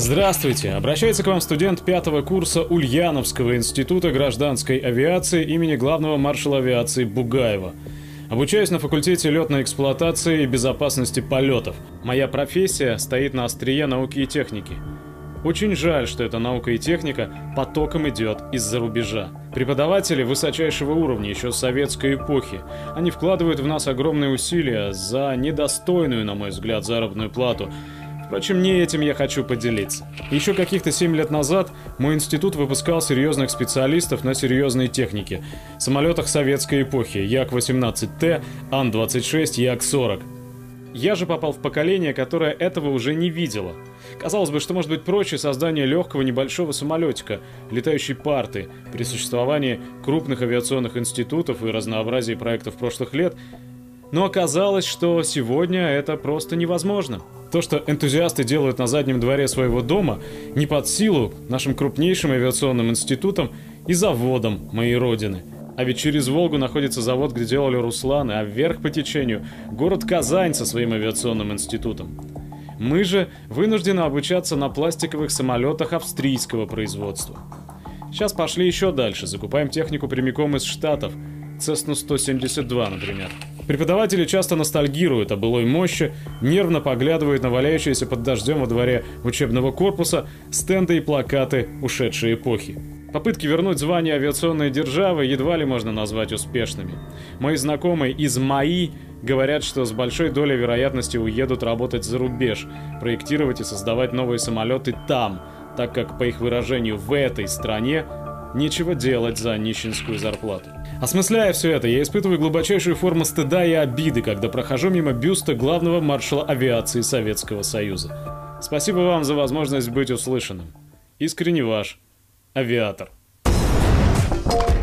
Здравствуйте! Обращается к вам студент 5-го курса Ульяновского института гражданской авиации имени главного маршала авиации Бугаева. Обучаюсь на факультете летной эксплуатации и безопасности полетов. Моя профессия стоит на острие науки и техники. Очень жаль, что эта наука и техника потоком идет из-за рубежа. Преподаватели высочайшего уровня еще с советской эпохи. Они вкладывают в нас огромные усилия за недостойную, на мой взгляд, заработную плату. Впрочем, не этим я хочу поделиться. Еще каких-то 7 лет назад мой институт выпускал серьезных специалистов на серьезной технике. Самолетах советской эпохи Як-18Т, Ан-26, Як-40. Я же попал в поколение, которое этого уже не видело. Казалось бы, что может быть проще создание легкого небольшого самолетика, летающей парты, при существовании крупных авиационных институтов и разнообразии проектов прошлых лет. Но оказалось, что сегодня это просто невозможно. То, что энтузиасты делают на заднем дворе своего дома, не под силу нашим крупнейшим авиационным институтам и заводам моей родины. А ведь через Волгу находится завод, где делали Русланы, а вверх по течению город Казань со своим авиационным институтом. Мы же вынуждены обучаться на пластиковых самолетах австрийского производства. Сейчас пошли еще дальше, закупаем технику прямиком из Штатов, Cessna 172, например. Преподаватели часто ностальгируют о былой мощи, нервно поглядывают на валяющиеся под дождем во дворе учебного корпуса стенды и плакаты ушедшей эпохи. Попытки вернуть звание авиационной державы едва ли можно назвать успешными. Мои знакомые из МАИ говорят, что с большой долей вероятности уедут работать за рубеж, проектировать и создавать новые самолеты там, так как, по их выражению, в этой стране нечего делать за нищенскую зарплату. Осмысляя все это, я испытываю глубочайшую форму стыда и обиды, когда прохожу мимо бюста главного маршала авиации Советского Союза. Спасибо вам за возможность быть услышанным. Искренне ваш Авиатор.